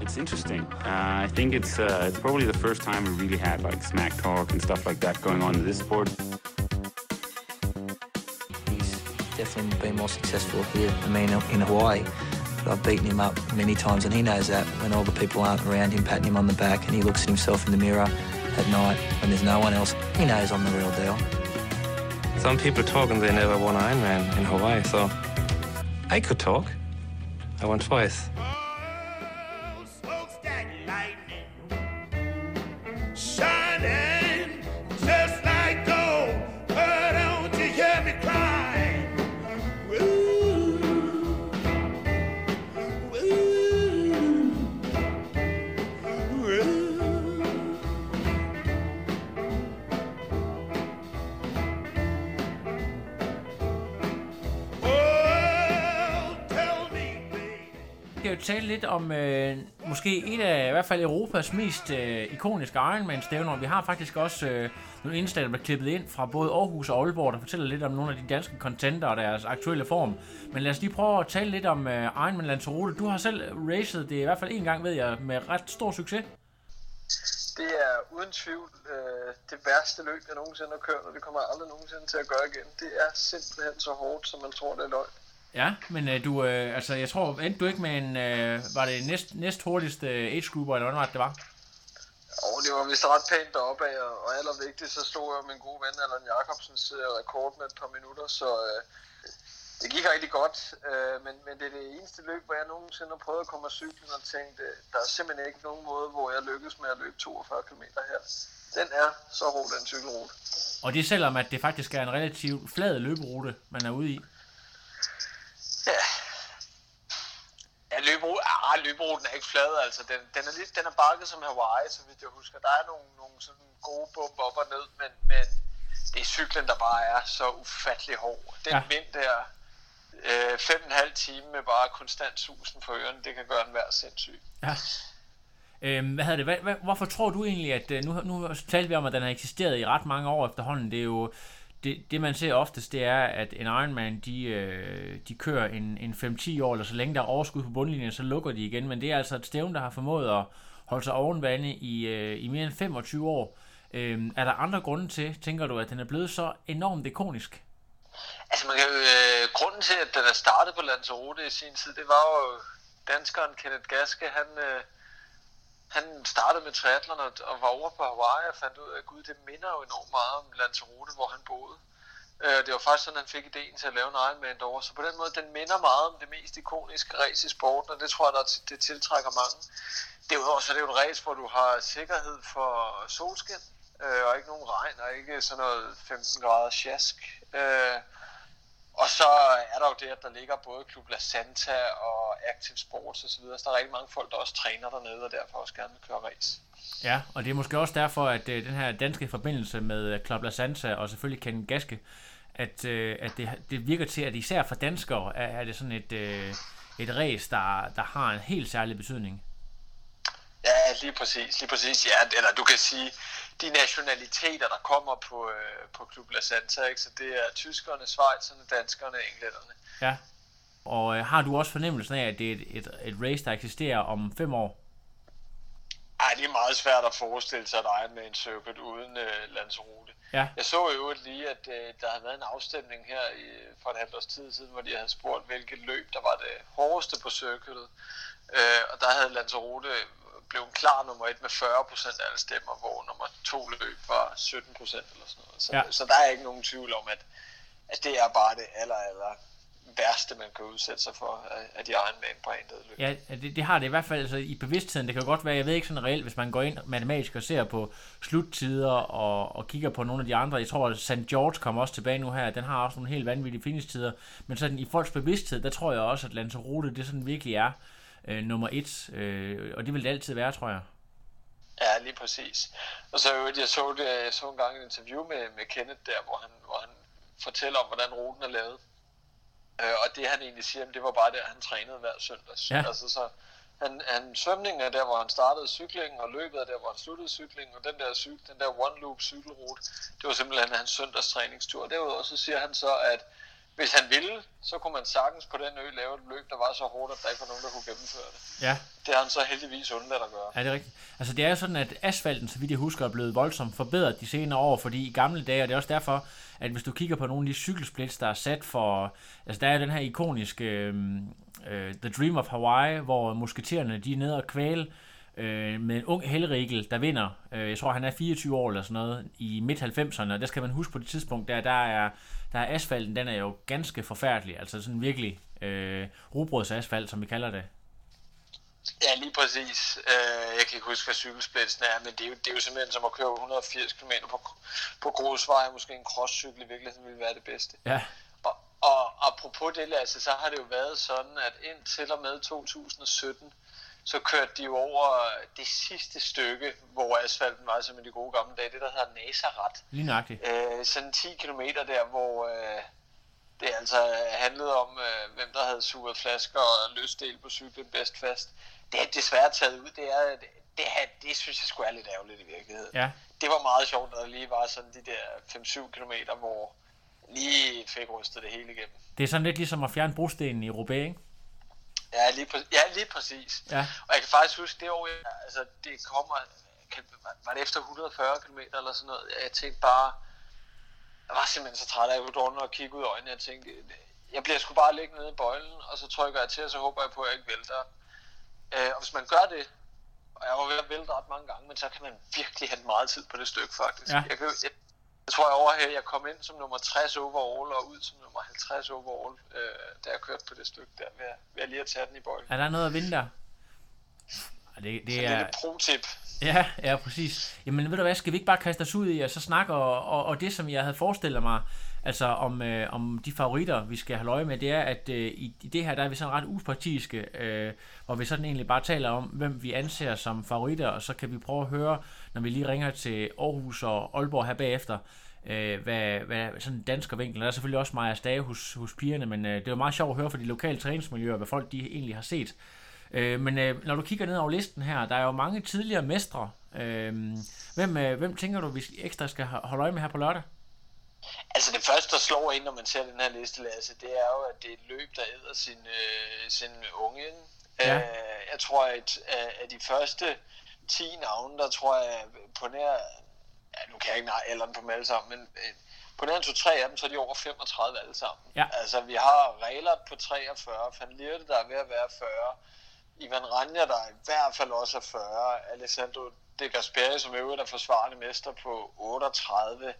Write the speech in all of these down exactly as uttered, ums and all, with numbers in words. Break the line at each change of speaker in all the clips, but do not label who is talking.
it's interesting. Uh, I think it's uh, it's probably the first time we really had like smack talk and stuff like that going on in this sport.
He's definitely been more successful here. I mean, in Hawaii, but I've beaten him up many times, and he knows that. When all the people aren't around him patting him on the back, and he looks at himself in the mirror at night when there's no one else, he knows I'm the real deal.
Some people talk and they never won Ironman in Hawaii, so I could talk. I won twice.
Jeg vil tale lidt om øh, måske et af i hvert fald Europas mest øh, ikoniske Ironman-stævner. Vi har faktisk også øh, nogle indslag, der bliver klippet ind fra både Aarhus og Aalborg, der fortæller lidt om nogle af de danske contender og deres aktuelle form. Men lad os lige prøve at tale lidt om øh, Ironman Lanzarote. Du har selv racet det i hvert fald en gang, ved jeg, med ret stor succes.
Det er uden tvivl øh, det værste løb, jeg nogensinde har kørt, og det kommer jeg aldrig nogensinde til at gøre igen. Det er simpelthen så hårdt, som man tror, det er løgn.
Ja, men øh, du, øh, altså jeg tror, endte du ikke med en, øh, var det næst, næst hurtigste age grouper, eller hvordan det var?
Og det var vist ret pænt deroppe af, og allervigtigst, så stod jeg min gode ven Allan Jacobsens øh, rekord med et par minutter, så øh, det gik rigtig godt, øh, men, men det er det eneste løb, hvor jeg nogensinde har prøvet at komme af cyklen og tænkte, der er simpelthen ikke nogen måde, hvor jeg lykkes med at løbe toogfyrre kilometer her. Den er så hård, den cykelrute.
Og det er selvom, at det faktisk er en relativt flad løberute, man er ude i.
Ja, ja løberuten, ah, løberuten er ikke flad, altså. Den, den, er lidt, den er bakket som Hawaii, så vidt jeg husker. Der er nogle, nogle sådan gode bump op og ned, men, men det er cyklen, der bare er så ufattelig hård. Den ja. vind der, øh, fem og en halv time med bare konstant susen for ørerne, det kan gøre den hver sindssyg.
Ja. Øhm, hvad hedder det? Hvad, hvad, hvorfor tror du egentlig, at nu, nu talte vi om, at den har eksisteret i ret mange år efterhånden? Det er jo Det, det man ser oftest, det er, at en Ironman, de, øh, de kører en, en fem til ti år, eller så længe der er overskud på bundlinjen, så lukker de igen. Men det er altså et stævne, der har formået at holde sig ovenvande i, øh, i mere end femogtyve år. Øh, er der andre grunde til, tænker du, at den er blevet så enormt ikonisk?
Altså, man kan jo, øh, grunden til, at den er startet på Lanzarote i sin tid, det var jo danskeren Kenneth Gaske, han... Øh, Han startede med triathlon og var over på Hawaii og fandt ud af, at gud, det minder jo enormt meget om Lanzarote, hvor han boede. Det var faktisk sådan, han fik ideen til at lave en Ironman derovre. Så på den måde, den minder meget om det mest ikoniske race i sporten, og det tror jeg, der det tiltrækker mange. Derudover så er det jo et race, hvor du har sikkerhed for solskin, og ikke nogen regn, og ikke sådan noget femten grader sjask. Og så er der jo det, at der ligger både Club La Santa og Active Sports osv. Så der er rigtig mange folk, der også træner dernede, og derfor også gerne vil køre race.
Ja, og det er måske også derfor, at øh, den her danske forbindelse med Club La Santa og selvfølgelig Kenneth Gaske, at, øh, at det, det virker til, at især for danskere er, er det sådan et, øh, et race, der, der har en helt særlig betydning.
Ja, lige præcis, lige præcis. Ja, eller du kan sige, de nationaliteter, der kommer på, øh, på Club La Santa, ikke? Så det er tyskerne, schweizerne, danskerne og englænderne.
Ja, og øh, har du også fornemmelsen af, at det er et, et, et race, der eksisterer om fem år?
Ej, det er meget svært at forestille sig et Ironman circuit uden øh, Lanzarote.
Ja.
Jeg så jo lige, at øh, der havde været en afstemning her i, for et halvt års tid siden, hvor de havde spurgt, hvilket løb, der var det hårdeste på circuitet. Øh, og der havde Lanzarote blev en klar nummer et med fyrre procent af alle stemmer, hvor nummer to løb var sytten procent eller sådan noget. Så, ja. så der er ikke nogen tvivl om, at, at det er bare det aller, aller værste, man kan udsætte sig for af de Ironman-brandede løb.
Ja, det, det har det i hvert fald altså, i bevidstheden. Det kan godt være, jeg ved ikke sådan reelt, hvis man går ind matematisk og ser på sluttider og, og kigger på nogle af de andre. Jeg tror, at Saint George kommer også tilbage nu her. Den har også nogle helt vanvittige finishtider. Men sådan i folks bevidsthed, der tror jeg også, at Lanzarote, det sådan virkelig er øh, nummer et. Øh, og det vil det altid være, tror jeg.
Ja, lige præcis. Og så jeg så, det, jeg så en gang et interview med, med Kenneth der, hvor han, hvor han fortæller om, hvordan ruten er lavet. Og det han egentlig siger, det var bare der, han trænede hver søndags.
Ja.
Altså, så han, han, svømningen er der, hvor han startede cyklingen, og løbet er der, hvor han sluttede cyklingen, og den der, cyk, den der one loop cykelrute, det var simpelthen hans søndagstræningstur. Derudover så siger han så, at hvis han ville, så kunne man sagtens på den ø lave et løb, der var så hårdt, at der ikke var nogen, der kunne gennemføre det.
Ja.
Det har han så heldigvis undladt at gøre.
Ja, det er rigtigt. Altså det er sådan, at asfalten, så vidt jeg husker, er blevet voldsomt forbedret de senere år, fordi i gamle dage, og det er også derfor, at hvis du kigger på nogle af de cykelsplits, der er sat for, altså der er den her ikoniske uh, The Dream of Hawaii, hvor musketererne, de er nede og kvæle øh, med en ung Hellriegel, der vinder. Øh, jeg tror, han er fireogtyve år eller sådan noget, i midt halvfemserne, og der skal man huske på det tidspunkt, der, der er der er asfalten, den er jo ganske forfærdelig, altså sådan virkelig øh, rugbrødsasfalt, som vi kalder det.
Ja, lige præcis. Uh, jeg kan ikke huske, hvad cykelsplitsen er, men det er, jo, det er jo simpelthen som at køre et hundrede og firs kilometer på, på grusvej, måske en crosscykel i virkeligheden ville være det bedste.
Ja.
Og, og apropos det, Lasse, så har det jo været sådan, at indtil og med to tusind og sytten, så kørte de jo over det sidste stykke, hvor asfalten var som i de gode gamle dage, det der hedder Nazareth.
Lige nøjagtigt.
Uh, sådan ti kilometer der, hvor uh, det altså handlede om, uh, hvem der havde suget flasker og løsdel på cyklen bedst fast. Det er desværre taget ud. Det, er, det, det, det synes jeg sgu er lidt ærgerligt i virkeligheden.
Ja.
Det var meget sjovt, at der lige var sådan de der fem syv kilometer, hvor lige fik rystet det hele igennem.
Det er sådan lidt ligesom at fjerne brostenen i Roubaix, ikke?
Ja, lige, præ- ja, lige præcis.
Ja.
Og jeg kan faktisk huske det år, jeg, altså det kommer, kan, var det efter et hundrede og fyrre kilometer eller sådan noget. Jeg tænkte bare, jeg var simpelthen så træt af, at jeg kunne drømme og kigge ud af øjnene. Jeg tænkte, jeg bliver sgu bare ligge nede i bøjlen, og så trykker jeg til, og så håber jeg på, at jeg ikke vælter. Uh, og hvis man gør det, og jeg var ved at vælte ret mange gange, men så kan man virkelig have meget tid på det stykke faktisk.
Ja.
Jeg, kan, jeg, jeg tror jeg over her, jeg kom ind som nummer tres overall og ud som nummer halvtreds overall, uh, da jeg kørte på det stykke der, ved, ved lige at tage den i bøjlen.
Er der noget at vinde der? Det, det
så
er
det er et pro-tip.
Ja, ja, præcis. Jamen ved du hvad, skal vi ikke bare kaste os ud i og så snakke, og, og, og det som jeg havde forestillet mig, altså om, øh, om de favoritter, vi skal holde øje med, det er, at øh, i, i det her, der er vi sådan ret upartiske, øh, hvor vi sådan egentlig bare taler om, hvem vi anser som favoritter, og så kan vi prøve at høre, når vi lige ringer til Aarhus og Aalborg her bagefter, øh, hvad, hvad sådan en danskervinkel. Der er selvfølgelig også Maja Stage hos, hos pigerne, men øh, det er jo meget sjovt at høre fra de lokale træningsmiljøer, hvad folk de egentlig har set. Øh, men øh, når du kigger ned over listen her, der er jo mange tidligere mestre. Øh, hvem, øh, hvem tænker du, vi ekstra skal holde øje med her på lørdag?
Altså det første, der slår ind, når man ser den her liste, Lasse, det er jo, at det er et løb, der æder sin, øh, sin unge. Ja. Øh, jeg tror, at af de første ti navne, der tror jeg på nær, ja, nu kan jeg ikke nære alderen på dem alle sammen, men øh, på nær to-tre af dem, så er de over femogtredive alle sammen.
Ja.
Altså vi har Reilert på treogfyrre, Van Lierde, der er ved at være fyrre, Ivan Ranja, der i hvert fald også er fyrre, Alessandro De Gasperi, som øvrigt er forsvarende mester på otteogtredive,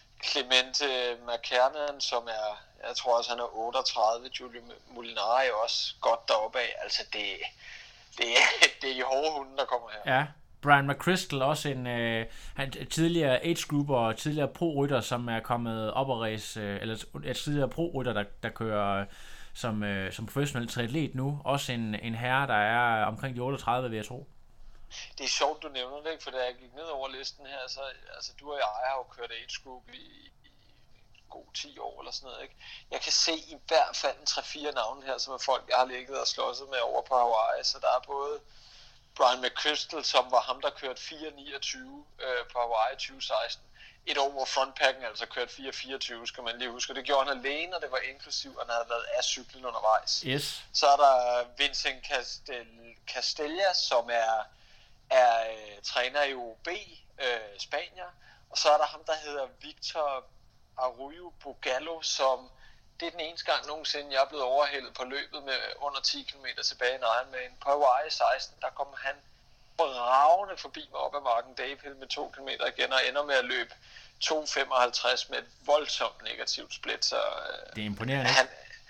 Clemente McKernan, som er, jeg tror også han er otteogtredive, Giulio Molinari er også godt deroppe af, altså det, det, det er de hårde hunde, der kommer her.
Ja, Brian McChrystal, også en øh, han, tidligere age grouper og tidligere pro-rytter, som er kommet op og race, øh, eller et tidligere pro-rytter, der, der kører øh, som, øh, som professionel triatlet nu, også en, en herre, der er omkring de otteogtredive, vil jeg tro.
Det er sjovt, du nævner det, ikke? For da jeg gik ned over listen her, så altså, du og jeg har jo kørt age group i, i god ti år eller sådan noget, ikke? Jeg kan se i hvert fald en tre fire navne her, som er folk, jeg har ligget og slåsset med over på Hawaii, så der er både Brian McChrystal, som var ham, der kørte fire niogtyve øh, på Hawaii tyve seksten. Et år, hvor frontpacken altså kørte fire fireogtyve, skal man lige huske. Det gjorde han alene, og det var inklusiv, at han havde været af cyklen undervejs.
Yes.
Så er der Vincent Castel, Castella, som er er øh, træner i O B, øh, Spanier, og så er der ham, der hedder Victor Arroyo Bugallo, som det er den eneste gang nogensinde, jeg er blevet overhældet på løbet med under ti kilometer tilbage i en Ironman. På Hawaii seksten, der kom han bravende forbi mig op ad Marken Dave Hill med to kilometer igen, og ender med at løbe to femoghalvtreds med et voldsomt negativt split, så øh,
det er imponerende.
Han,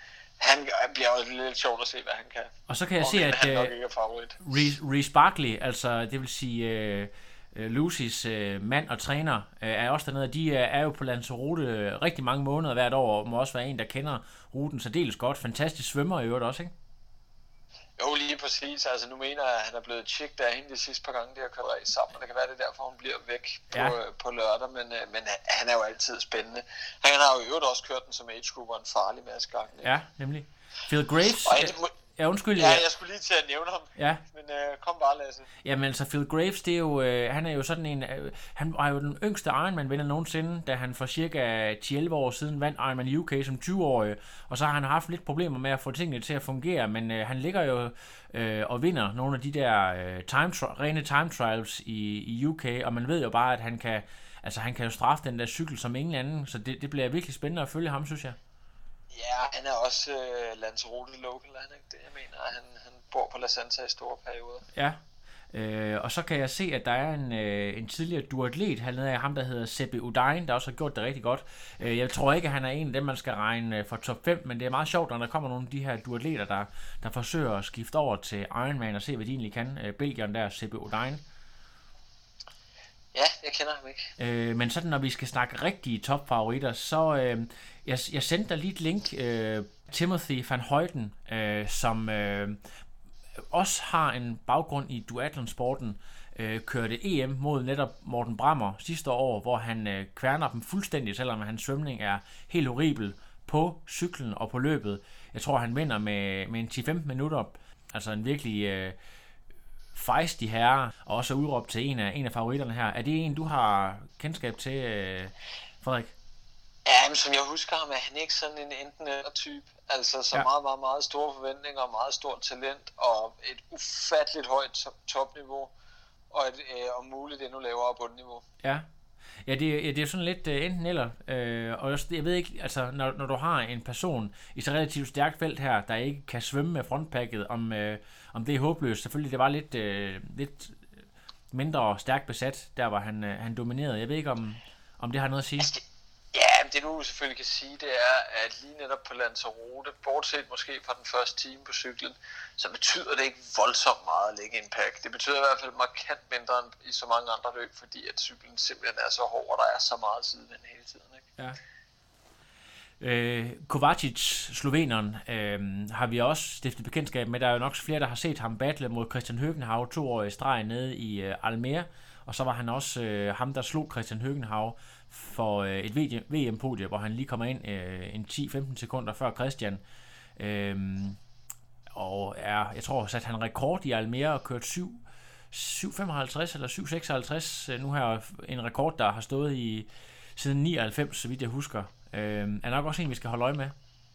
han bliver også lidt sjovt at se, hvad han kan.
Og så kan jeg
og
se, at
han nok ikke er favorit.
Reece Barkley, altså det vil sige uh, Lucys uh, mand og træner, uh, er også dernede. De uh, er jo på Lanzarote uh, rigtig mange måneder hvert år, og må også være en, der kender ruten særdeles godt. Fantastisk svømmer i øvrigt også, ikke?
Jo, lige præcis. Altså nu mener jeg, at han er blevet tjekket af hende de sidste par gange, de har kørt race sammen, og det kan være, det er derfor, hun bliver væk på, ja. på lørdag, men, men han er jo altid spændende. Han har jo i øvrigt også kørt den som age group og en farlig masse gange.
Ja, nemlig. Phil Graves,
og et,
Ja, undskyld.
Ja, jeg skulle lige til at nævne ham.
Ja.
Men øh, kom bare, Lasse.
Jamen altså, Phil Graves, det er jo, øh, han er jo sådan en, øh, han var jo den yngste Ironman-vinder nogensinde, da han for cirka ti elleve år siden vandt Ironman U K som tyve-årig, og så har han haft lidt problemer med at få tingene til at fungere, men øh, han ligger jo øh, og vinder nogle af de der øh, time tri- rene time trials i, i U K, og man ved jo bare, at han kan, altså han kan jo straffe den der cykel som ingen anden, så det, det bliver virkelig spændende at følge ham, synes jeg.
Ja, han er også øh, Lanzarote local, er han ikke det, jeg mener? Han, han bor på La Santa i store perioder.
Ja, øh, og så kan jeg se, at der er en, øh, en tidligere duatlet hernede af ham, der hedder Seppe Udain, der også har gjort det rigtig godt. Øh, jeg tror ikke, at han er en af dem, man skal regne for top fem, men det er meget sjovt, når der kommer nogle af de her duatleter, der, der forsøger at skifte over til Ironman og se, hvad de egentlig kan. Øh, Belgieren der, Seppe Udain.
Ja, jeg kender ham ikke.
Øh, men sådan, når vi skal snakke rigtige topfavoritter, så øh, jeg, jeg sendte dig lige et link, øh, Timothy van Houten, øh, som øh, også har en baggrund i duathlonsporten, øh, kørte E M mod netop Morten Brammer sidste år, hvor han øh, kværner dem fuldstændig, selvom hans svømning er helt horribel på cyklen og på løbet. Jeg tror, han vinder med, med en ti til femten minutter, altså en virkelig... Øh, fejstig herre, og også udråbt til en af, en af favoritterne her. Er det en, du har kendskab til, øh, Frederik?
Ja, men som jeg husker ham, er han ikke sådan en enten eller type. Altså så ja. meget, meget, meget store forventninger, og meget stort talent, og et ufatteligt højt top- topniveau, og et øh, om muligt endnu lavere bundniveau.
Ja. Ja, det, ja, det er sådan lidt uh, enten eller, øh, og jeg ved ikke, altså når, når du har en person i så relativt stærkt felt her, der ikke kan svømme med frontpacket, om, øh, om det er håbløst. Selvfølgelig, det var lidt, øh, lidt mindre stærkt besat, der hvor han, øh, han dominerede. Jeg ved ikke, om, om det har noget at sige.
Altså det, ja, det du selvfølgelig kan sige, det er, at lige netop på Lanzarote, bortset måske fra den første time på cyklen, så betyder det ikke voldsomt meget at lægge en pack. Det betyder i hvert fald markant mindre end i så mange andre løb, fordi at cyklen simpelthen er så hård, og der er så meget sidevind hele tiden. Ikke?
Ja. Øh, Kovacic, sloveneren, øh, har vi også stiftet bekendtskab med. Der er jo nok flere, der har set ham battle mod Christian Høgenhav to år i streg nede i øh, Almere, og så var han også øh, ham, der slog Christian Høgenhav for øh, et V M-podie, hvor han lige kommer ind øh, en ti til femten sekunder før Christian. Øh, og er, jeg tror, satte han rekord i Almere og kørt syv femoghalvtreds eller syv seksoghalvtreds. Nu her en rekord, der har stået i siden nioghalvfems, så vidt jeg husker. Øh, er nok også en, vi skal holde øje med.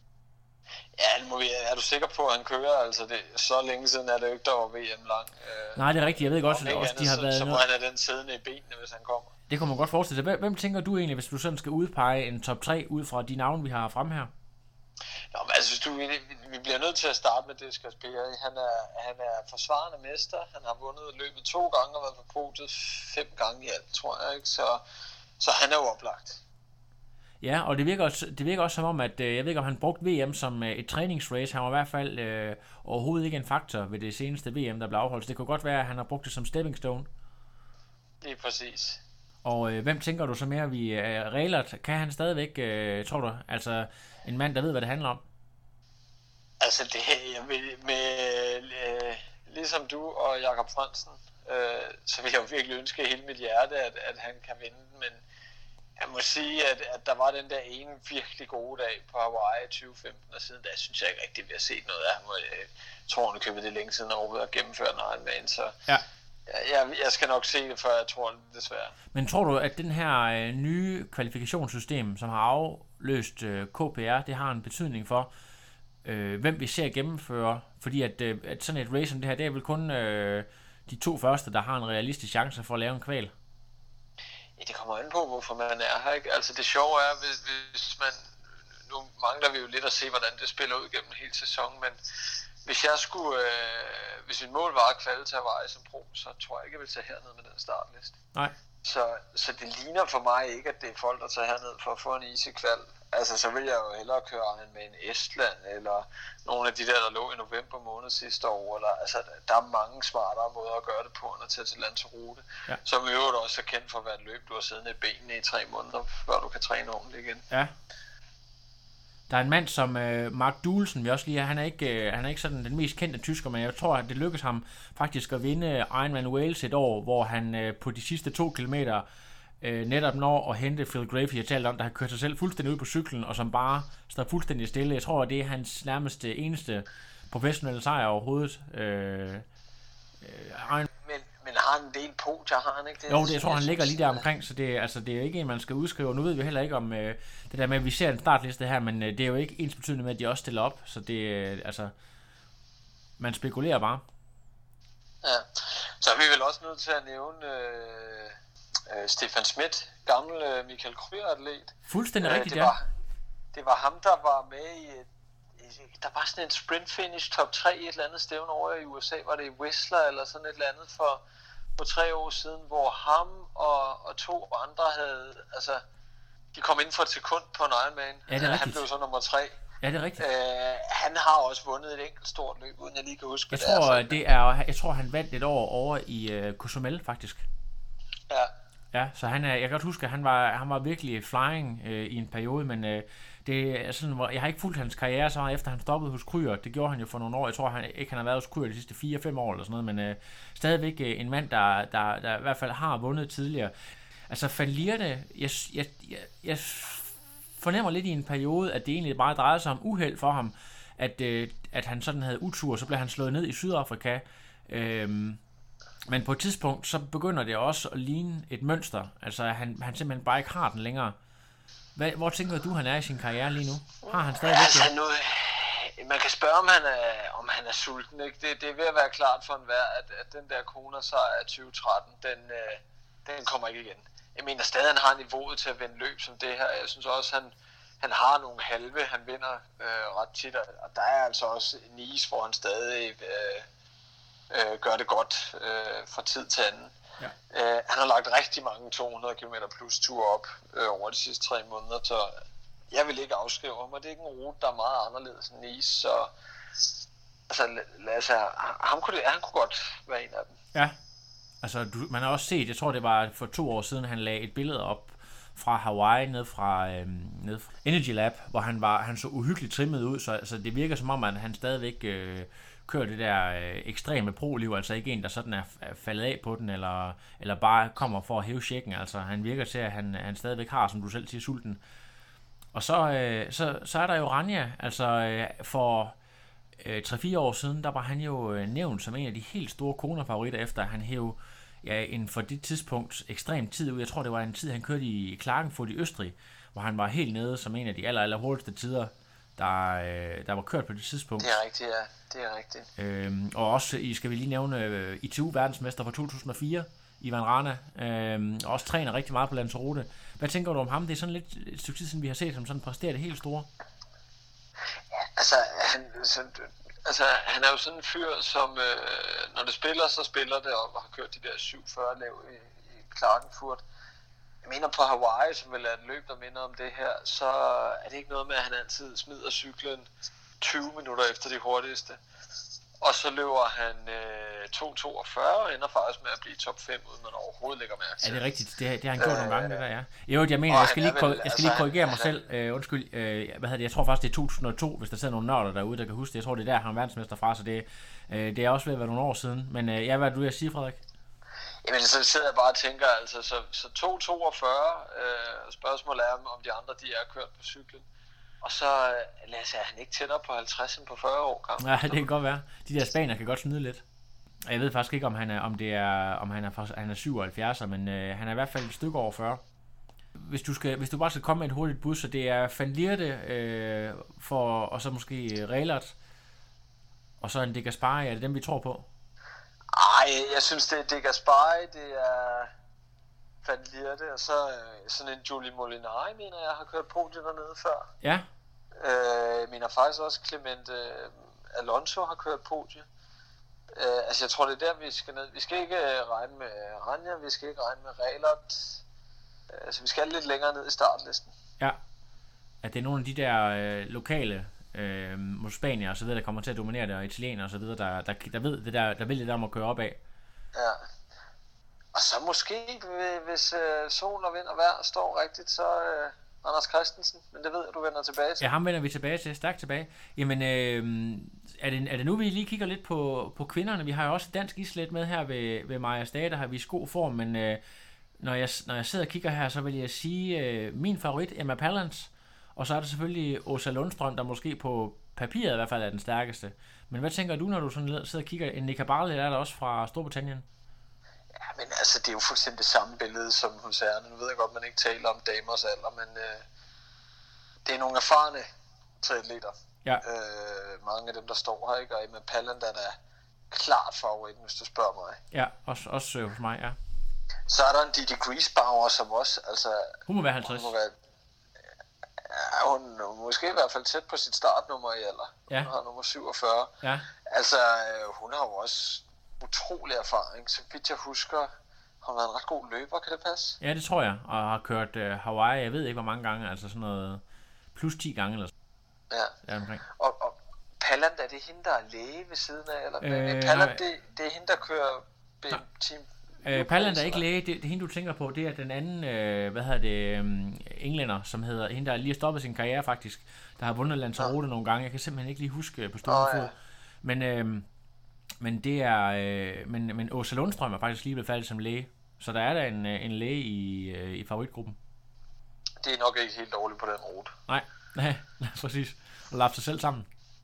Ja, det må vi, er du sikker på, at han kører? Altså, det, så længe siden er det jo ikke, der var V M lang. Øh,
Nej, det er rigtigt. Jeg ved godt, at også, de har
så,
været...
Så må han have den siddende i benene, hvis han kommer.
Det kunne man godt forestille sig. Hvem tænker du egentlig, hvis du sådan skal udpege en top tre ud fra de navne, vi har frem her?
Nå, men altså, hvis du, vi, vi bliver nødt til at starte med det, skal spille. Han er, han er forsvarende mester. Han har vundet løbet to gange og været på podiet fem gange i alt, tror jeg. Ikke? Så, så han er jo oplagt.
Ja, og det virker også, det virker også som om, at øh, jeg ved ikke, om han brugte V M som øh, et træningsrace. Han var i hvert fald øh, overhovedet ikke en faktor ved det seneste V M, der blev afholdt. Så det kunne godt være, at han har brugt det som stepping stone.
Det er præcis.
Og øh, hvem tænker du så mere, vi øh, Reilert, kan han stadigvæk, øh, tror du, altså en mand, der ved, hvad det handler om?
Altså, det jeg vil, med, øh, ligesom du og Jakob Fransen, øh, så vil jeg jo virkelig ønske hele mit hjerte, at, at han kan vinde, men jeg må sige, at, at der var den der ene virkelig gode dag på Hawaii i tyve femten, og siden da synes jeg ikke rigtig, at vi har set noget af ham, og jeg tror, han købte det længe siden over at gennemføre en Ironman, så
ja.
jeg, jeg skal nok se det, før jeg tror det, desværre.
Men tror du, at den her øh, nye kvalifikationssystem, som har afløst øh, K P R, det har en betydning for, øh, hvem vi ser gennemføre? Fordi at, øh, at sådan et race som det her, det er vel kun øh, de to første, der har en realistisk chance for at lave en kval?
Ja, det kommer an på, hvorfor man er her, ikke? Altså det sjove er, hvis, hvis man... Nu mangler vi jo lidt at se, hvordan det spiller ud gennem hele sæsonen, men hvis jeg skulle... Øh, hvis mit mål var at kvalde til Hawaii som pro, så tror jeg ikke, jeg vil tage herned med den startliste.
Nej.
Så, så det ligner for mig ikke, at det er folk, der tager herned for at få en easy kval. Altså, så vil jeg jo hellere køre med en Estland, eller nogle af de der, der lå i november måned sidste år. Eller, altså, der er mange smartere måder at gøre det på, end at tage til Lanzarote. Ja. Som i øvrigt også er kendt for at være et løb, du har siddende i benene i tre måneder, før du kan træne ordentligt igen.
Ja. Der er en mand som øh, Mark Duelsen, vi også lige han er ikke øh, han er ikke sådan den mest kendte tysker, men jeg tror, at det lykkedes ham faktisk at vinde Ironman Wales et år, hvor han øh, på de sidste to kilometer øh, netop når at hente Phil Graves, jeg talte om, der har kørt sig selv fuldstændig ud på cyklen, og som bare står fuldstændig stille. Jeg tror, at det er hans nærmeste eneste professionelle sejre overhovedet. Øh, øh,
men, men har han en del podier, har han ikke det?
Jo, det, jeg tror, han ligger lige der omkring, så det, altså, det er jo ikke en, man skal udskrive. Nu ved vi heller ikke om øh, det der med, at vi ser en startliste her, men øh, det er jo ikke ens betydende med, at de også stiller op, så det øh, altså, man spekulerer bare.
Ja, så er vi vel også nødt til at nævne øh, øh, Stefan Schmidt, gammel øh, Michael Krüger-atlet.
Fuldstændig rigtigt,
det
ja.
Var, det var ham, der var med i, i der var sådan en sprint finish top tre i et eller andet stævne over i U S A, var det i Whistler eller sådan et eller andet for, for tre år siden, hvor ham og, og to andre havde, altså, de kom ind for et sekund på en Ironman.
Ja, det er rigtigt.
Han blev så nummer tre.
Ja, det er rigtigt.
Øh, han har også vundet et enkelt stort løb, uden jeg lige kan huske,
jeg
det
tror,
er.
det er, jeg tror, han vandt et år over i uh, Cozumel, faktisk.
Ja.
Ja, så han er, jeg kan godt huske, at han var, han var virkelig flying øh, i en periode, men øh, det er sådan, hvor jeg har ikke fulgt hans karriere så meget efter han stoppede hos Krüger. Det gjorde han jo for nogle år. Jeg tror han ikke han har været hos Krüger de sidste fire fem år eller sådan noget, men øh, stadigvæk øh, en mand der, der der i hvert fald har vundet tidligere. Altså Van Lierde, jeg, jeg, jeg, jeg fornemmer lidt i en periode, at det egentlig bare drejede sig om uheld for ham, at øh, at han sådan havde utur, så blev han slået ned i Sydafrika. Øh, Men på et tidspunkt, så begynder det også at ligne et mønster. Altså, han, han simpelthen bare ikke har den længere. Hvad, hvor tænker du, han er i sin karriere lige nu? Har han stadig
altså, nu, man kan spørge, om han er, om han er sulten. Ikke? Det, det er ved at være klart for enhver, at, at den der Kona sejr af tyve tretten, den, øh, den kommer ikke igen. Jeg mener stadig, han har niveauet til at vinde løb som det her. Jeg synes også, han, han har nogle halve, han vinder øh, ret tit. Og der er altså også Nice, hvor han stadig... Øh, Øh, gør det godt øh, fra tid til anden. Ja. Øh, han har lagt rigtig mange to hundrede kilometer plus ture op øh, over de sidste tre måneder, så jeg vil ikke afskrive ham, og det er ikke en rute, der er meget anderledes end Nice, så altså, lad os sige, ham kunne, det, han kunne godt være en af dem.
Ja, altså du, man har også set, jeg tror det var for to år siden, han lagde et billede op fra Hawaii ned fra, øhm, ned fra Energy Lab, hvor han var han så uhyggeligt trimmet ud, så altså, det virker som om, at han stadigvæk øh, kører det der øh, ekstreme pro-liv, altså ikke en, der sådan er, er faldet af på den, eller, eller bare kommer for at hæve checken, altså han virker til, at han, han stadigvæk har, som du selv siger, sulten. Og så, øh, så, så er der jo Rania, altså øh, for øh, tre fire år siden, der var han jo øh, nævnt som en af de helt store Kona-favoritter, efter han hæv ja, en for det tidspunkt ekstrem tid ud. Jeg tror, det var en tid, han kørte i Klagenfurt i Østrig, hvor han var helt nede som en af de aller, aller hurtigste tider, der, øh, der var kørt på det tidspunkt.
Det er rigtigt, ja. Det er rigtigt.
Øhm, og også, I skal vi lige nævne, øh, I T U-verdensmester fra to tusind og fire, Ivan Rana, øh, og også træner rigtig meget på Lanzarote. Hvad tænker du om ham? Det er sådan lidt et stykke tid siden, vi har set ham sådan præstere det helt store.
Ja, altså, han, så, altså, han er jo sådan en fyr, som øh, når det spiller, så spiller det, og har kørt de der syv fyrre lav i, i Klagenfurt. Jeg mener på Hawaii, som vil er et løb, der minder om det her, så er det ikke noget med, at han altid smider cyklen tyve minutter efter de hurtigste. Og så løber han øh, to toogfyrre og ender faktisk med at blive top fem, uden man overhovedet lægger mærke til.
Er det rigtigt? Det, det har han gjort øh, nogle gange, det der, ja. Jo, jeg mener, jeg skal lige, vel, jeg skal lige korrigere altså, mig selv. Øh, undskyld, øh, hvad hedder det? Jeg tror faktisk, det er to tusind og to, hvis der sidder nogle nørder derude, der kan huske det. Jeg tror, det er der, han er verdensmester fra, så det, øh, det er også ved at være nogle år siden. Men øh, ja, hvad er du, jeg siger, Frederik?
Jamen, så sidder jeg bare og tænker, altså, så, så to toogfyrre, øh, spørgsmålet er, om de andre, de er kørt på cyklen. Og så, lad os sige, er han ikke tættere på halvtreds end på fyrre år gammel.
Ja, det kan godt være. De der spanier kan godt snyde lidt. Jeg ved faktisk ikke, om han er, om det er, om han er, han er syvoghalvfjerds, men øh, han er i hvert fald et stykke over fyrre. Hvis du, skal, hvis du bare skal komme med et hurtigt bud, så det er Van Lierde, øh, for, og så måske Reilert, og så en De Gasperi, er det dem, vi tror på?
Ej, jeg synes, det er De Gasperi, det er Van Lierde, og så sådan en Julie Molinari, mener jeg, har kørt podiet dernede før.
Ja.
Øh, jeg mener faktisk også, Clement øh, Alonso har kørt podiet. Øh, altså, jeg tror, det er der, vi skal ned. Vi skal ikke regne med Rania, vi skal ikke regne med Reilert. Altså, vi skal lidt længere ned i startlisten.
Ja. At det er nogle af de der øh, lokale øh, mod Spanier og så videre, der kommer til at dominere det, og italienere og så videre, der, der, der ved det der, der vil det der om at køre op af.
Ja. Og så måske, hvis øh, sol og vind og vejr står rigtigt, så øh, Anders Christensen, men det ved jeg, du vender tilbage til.
Ja, ham vender vi tilbage til, stærkt tilbage. Jamen, øh, er, det, er det nu, vi lige kigger lidt på, på kvinderne? Vi har jo også dansk islet med her ved, ved Maja Stage, der har vi i god form, men øh, når, jeg, når jeg sidder og kigger her, så vil jeg sige, øh, min favorit, Emma Pallands, og så er der selvfølgelig Åsa Lundstrøm, der måske på papiret i hvert fald er den stærkeste. Men hvad tænker du, når du sådan sidder og kigger? Nika Barley er der også fra Storbritannien.
Ja, men altså, det er jo fuldstændig det samme billede som hos herrerne. Nu ved jeg godt, man ikke taler om damers alder, men øh, det er nogle erfarne triatleter.
Ja.
Øh, mange af dem, der står her, ikke? Og Emma Pallant er da klart favorit, hvis du spørger mig.
Ja, også, også øh, hos mig, ja.
Så er der en Didi Griesbauer, som også, altså...
Hun må være halvtreds.
Hun må være, ja, hun er måske i hvert fald tæt på sit startnummer i alder.
Ja.
Hun har nummer syvogfyrre.
Ja.
Altså, hun har jo også utrolig erfaring. Så vidt jeg husker, har hun været en ret god løber, kan det passe?
Ja, det tror jeg. Og har kørt øh, Hawaii, jeg ved ikke hvor mange gange, altså sådan noget plus ti gange eller sådan.
Ja.
Ja, omkring.
Og, og Pallant, er det hende, der er læge ved siden af? Eller?
Øh,
Øh, Pallant, det, det er hende, der kører B M Team.
Øh, Pallant er ikke læge, det, det hende du tænker på, det er den anden, øh, hvad hedder det, um, englænder, som hedder, hende der lige har stoppet sin karriere faktisk, der har vundet Lanzarote ja. nogle gange, jeg kan simpelthen ikke lige huske på stående fod, oh, ja. men, øh, men det er, øh, men, men Åsa Lundstrøm er faktisk lige blevet færdig som læge, så der er der en, en læge i, øh, i favoritgruppen.
Det er nok ikke helt dårligt på den rute.
Nej, nej, præcis, og lappe sig selv sammen.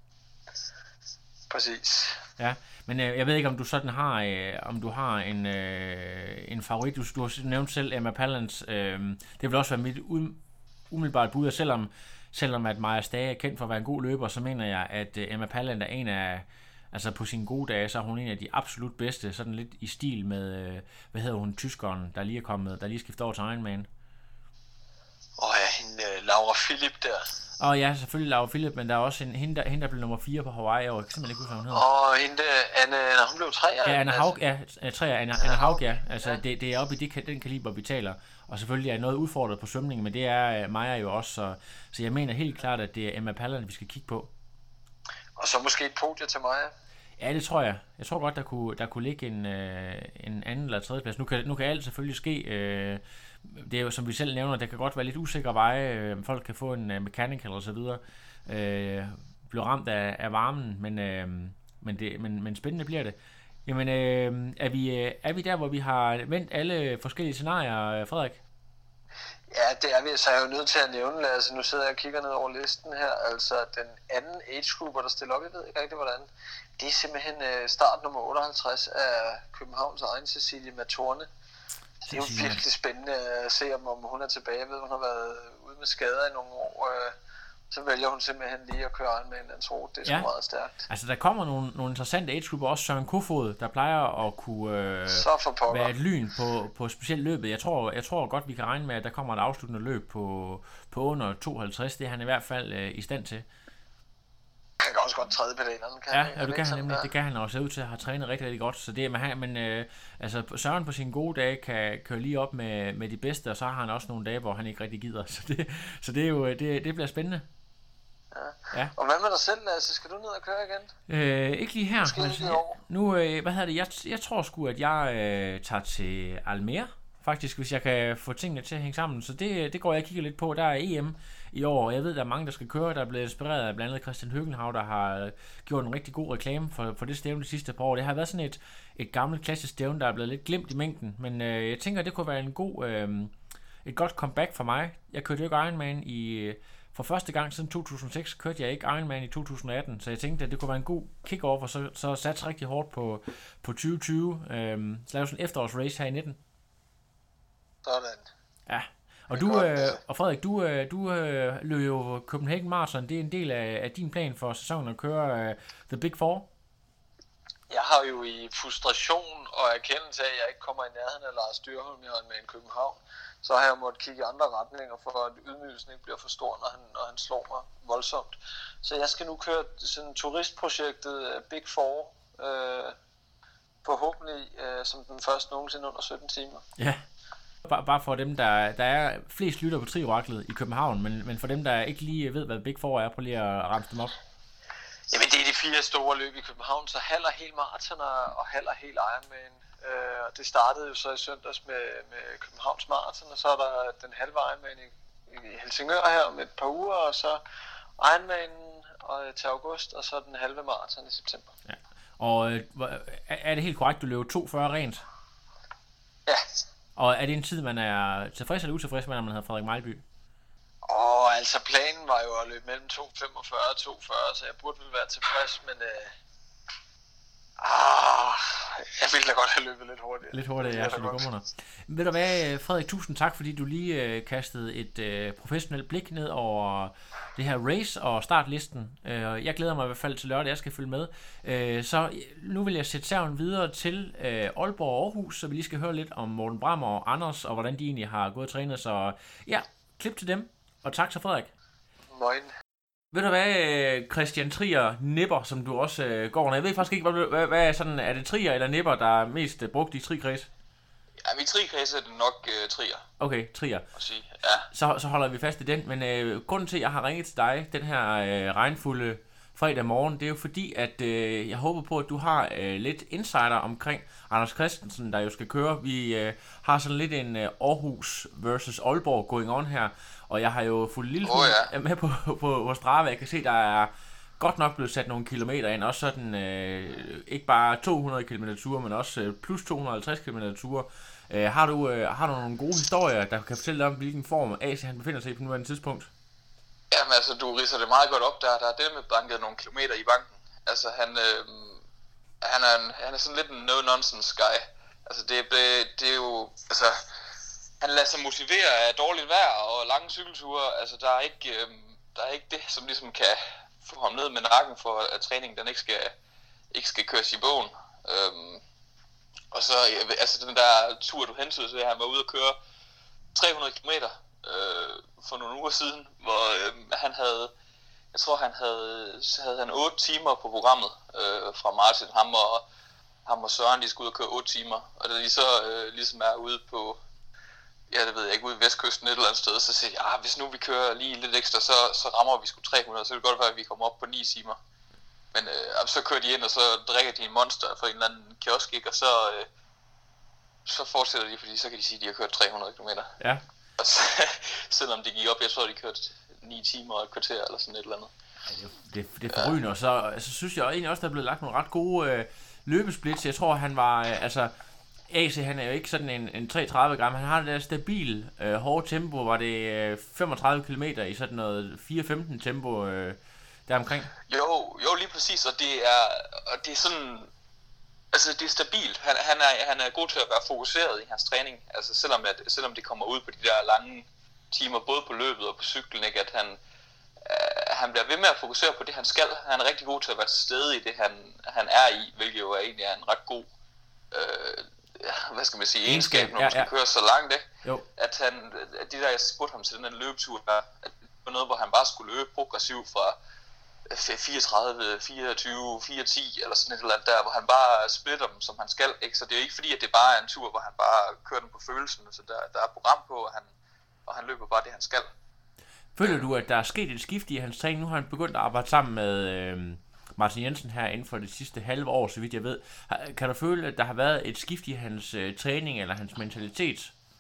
Præcis.
Ja, men øh, jeg ved ikke om du sådan har, øh, om du har en øh, en favorit. Du, du har nævnt selv Emma Pallant. Øh, det vil også være mit um, umiddelbart bud, og selvom selvom at Maja Stage er kendt for at være en god løber, så mener jeg at øh, Emma Pallant er en af, altså på sine gode dage, så er hun en af de absolut bedste, sådan lidt i stil med øh, hvad hedder hun, tyskeren, der lige er kommet, der lige skiftet over til Ironman.
Åh oh, ja, hende uh, Laura Philipp der.
Åh oh, ja, selvfølgelig Laura Philipp, men der er også en, hende, der, hende, der blev nummer fire på Hawaii, og jeg kan simpelthen ikke huske, hvad hun hedder.
Åh, oh, hende, Anne, når hun blev træer.
Ja, Anna Haug, ja, træer, Anna, Anna Haug, ja. Altså, ja. Det, det er oppe i det, den kaliber, vi taler. Og selvfølgelig er noget udfordret på svømningen, men det er Maja jo også, så, så jeg mener helt klart, at det er Emma Pallant, vi skal kigge på. Og
så måske et podium til Maja?
Ja, det tror jeg. Jeg tror godt, der kunne, der kunne ligge en, øh, en anden eller tredje plads. Nu kan, nu kan alt selvfølgelig ske. Øh, det er jo, som vi selv nævner, det kan godt være lidt usikre veje. Øh, folk kan få en uh, mechanical og så videre. Øh, blive ramt af, af varmen, men, øh, men, det, men, men spændende bliver det. Jamen, øh, er, vi, er vi der, hvor vi har vendt alle forskellige scenarier, Frederik?
Ja, det er vi, så er jeg jo nødt til at nævne, Lasse. Nu sidder jeg og kigger ned over listen her. Altså, den anden age-grupper, der stiller op, jeg ved ikke rigtig, hvordan. Det er simpelthen uh, start nummer otteoghalvtreds af Københavns egen Cecilie Matorne. Det er jo virkelig spændende at se, om, om hun er tilbage. Jeg ved, hun har været ude med skader i nogle år. Uh, så vælger hun simpelthen lige at køre med en Lanzarote. Det er ja. så meget stærkt. Altså, der kommer nogle, nogle interessante age-grupper. Også Søren Kofod, der plejer at kunne øh, være et lyn på, på specielt løbet. Jeg tror, jeg tror godt, vi kan regne med, at der kommer et afsluttende løb på, på under tooghalvtreds. Det er han i hvert fald øh, i stand til. Han kan også godt træde pedalerne, kan
ja,
han?
Ja, det kan han nemlig. Det kan han også ud til at have trænet rigtig, rigtig godt. Så det er med han, men øh, altså Søren på sine gode dage kan køre lige op med, med de bedste, og så har han også nogle dage, hvor han ikke rigtig gider. Så det, så det er jo det, det bliver spændende.
Ja. Ja. Og hvad med dig selv, Lasse? Skal du ned og køre igen?
Øh, ikke lige her. Altså, nu, øh, hvad hedder det? Jeg, jeg tror sgu, at jeg øh, tager til Almere, faktisk, hvis jeg kan få tingene til at hænge sammen. Så det, det går jeg og kigger lidt på. Der er E M i år, og jeg ved, der er mange, der skal køre. Der er blevet inspireret af blandt andet Christian Høgenhav, der har gjort en rigtig god reklame for, for det stævne de sidste par år. Det har været sådan et, et gammelt klassisk stævne, der er blevet lidt glemt i mængden. Men øh, jeg tænker, det kunne være en god, øh, et godt comeback for mig. Jeg kørte jo ikke Ironman i... For første gang siden to tusind og seks kørte jeg ikke Ironman i to tusind og atten, så jeg tænkte, at det kunne være en god kick-off, og så, så satse rigtig hårdt på, på tyve tyve. Øhm, så lave sådan en efterårsrace her i nitten.
Sådan.
Ja, og du, øh, og Frederik, du, øh, du øh, løb jo Copenhagen Marathon. Det er en del af, af din plan for sæsonen at køre øh, The Big Four.
Jeg har jo i frustration og erkendelse af, at jeg ikke kommer i nærheden af Lars Dyrholm i Ironman København, så har jeg måttet kigge i andre retninger, for at ydmygelsen ikke bliver for stor, når han, når han slår mig voldsomt. Så jeg skal nu køre sådan turistprojektet Big Four, øh, forhåbentlig øh, som den første nogensinde under sytten timer.
Ja, bare, bare for dem, der, der er flest lytter på Tri-oraklet i København, men, men for dem, der ikke lige ved, hvad Big Four er, prøv lige at ramse dem op.
Jamen det er de fire store løb i København, så halv og hel maraton og halv og hel Ironman. Uh, det startede jo så i søndags med, med Københavns Marathon, og så er der den halve Ironman i, i Helsingør her om et par uger, og så Ironmanen og, til august, og så den halve maraton i september.
Ja. Og øh, er det helt korrekt, du løber to fyrre rent?
Ja.
Og er det en tid, man er tilfreds eller utilfreds med, når man hedder Frederik Mejlby?
Åh, Og altså planen var jo at løbe mellem to femogfyrre og to fyrre, så jeg burde vel være tilfreds, men øh, ah, jeg ville da godt have løbet lidt hurtigere.
Lidt hurtigere, ja, så det kommer. Ved du hvad, Frederik, tusind tak, fordi du lige øh, kastede et øh, professionelt blik ned over det her race og startlisten. Øh, jeg glæder mig i hvert fald til lørdag, jeg skal følge med. Øh, så nu vil jeg sætte serven videre til øh, Aalborg og Aarhus, så vi lige skal høre lidt om Morten Brammer og Anders, og hvordan de egentlig har gået og trænet. Så ja, klip til dem, og tak så Frederik.
Moin.
Ved du hvad, Christian Trier Nipper, som du også øh, går under. Jeg ved faktisk ikke, hvad, hvad, hvad er sådan, er det Trier eller Nipper, der er mest øh, brugt i trikreds?
Ja, i trikreds er det nok øh, Trier.
Okay, Trier.
At sige. Ja.
Så, så holder vi fast i den, men øh, grunden til, at jeg har ringet til dig den her øh, regnfulde fredag morgen, det er jo fordi, at øh, jeg håber på, at du har øh, lidt insider omkring Anders Christensen, der jo skal køre. Vi øh, har sådan lidt en øh, Aarhus versus Aalborg going on her, og jeg har jo fulgt lille
oh, ja.
med på, på, på Strava. Jeg kan se, der er godt nok blevet sat nogle kilometer ind, også sådan øh, ikke bare to hundrede kilometer ture, men også øh, plus to hundrede og halvtreds kilometer ture. Øh, har, du, øh, har du nogle gode historier, der kan fortælle dig om, hvilken form A C han befinder sig i på nuværende tidspunkt?
Jamen altså, du ridser det meget godt op der. Der er det med banket nogle kilometer i banken. Altså, han, øh, han, er, en, han er sådan lidt en no-nonsense guy. Altså, det, det, det er jo, altså, han lader sig motivere af dårligt vejr og lange cykelture. Altså, der er ikke, øh, der er ikke det, som ligesom kan få ham ned med nakken for, at træningen den ikke skal, ikke skal køres i bogen. Øhm, og så, altså, den der tur, du hentede til, han var ude at køre tre hundrede kilometer øh, for nogle uger siden, hvor øh, han havde, jeg tror han havde, havde han otte timer på programmet øh, fra Martin, ham og, ham og Søren, de skulle ud og køre otte timer, og da de så øh, ligesom er ude på, ja det ved jeg ikke, ude i Vestkysten et eller andet sted, så siger jeg, ja, hvis nu vi kører lige lidt ekstra, så, så rammer vi sgu tre hundrede, så det kan godt være, at vi kommer op på ni timer. Men øh, så kører de ind, og så drikker de en monster fra en eller anden kiosk, ikke? Og så, øh, så fortsætter de, fordi så kan de sige, at de har kørt tre hundrede kilometer.
Ja.
Og så, selvom det gik op, jeg tror, de kørte ni timer og et kvarter eller sådan et eller andet.
Ja, det, det er forrygende, og så altså, synes jeg egentlig også, der er blevet lagt nogle ret gode øh, løbesplits. Jeg tror, han var, øh, altså, A C, han er jo ikke sådan en, en tre tredive gram, han har det der stabil, øh, hårde tempo, var det øh, femogtredive kilometer i sådan noget fire femten tempo øh, deromkring?
Jo, jo, lige præcis, og det er, og det er sådan, altså det er stabilt. Han, han, er, han er god til at være fokuseret i hans træning, altså selvom, at, selvom det kommer ud på de der lange timer, både på løbet og på cyklen, ikke, at han, øh, han bliver ved med at fokusere på det, han skal. Han er rigtig god til at være til stede i det, han, han er i, hvilket jo egentlig er en ret god, øh, hvad skal man sige, egenskab, når man skal ja, ja. køre så langt, ikke? Jo. At han, at de der, jeg spurgte ham til den her løbetur, at det var noget, hvor han bare skulle løbe progressivt fra fireogtredive, fireogtyve, fire ti eller sådan et eller andet der, hvor han bare splitter dem, som han skal, ikke? Så det er jo ikke fordi, at det bare er en tur, hvor han bare kører den på følelsen, så der, der er program på, og han, og han løber bare det, han skal.
Føler du, at der er sket et skift i hans træning? Nu har han begyndt at arbejde sammen med øh, Martin Jensen her inden for det sidste halve år, så vidt jeg ved. Kan du føle, at der har været et skift i hans øh, træning eller hans mentalitet?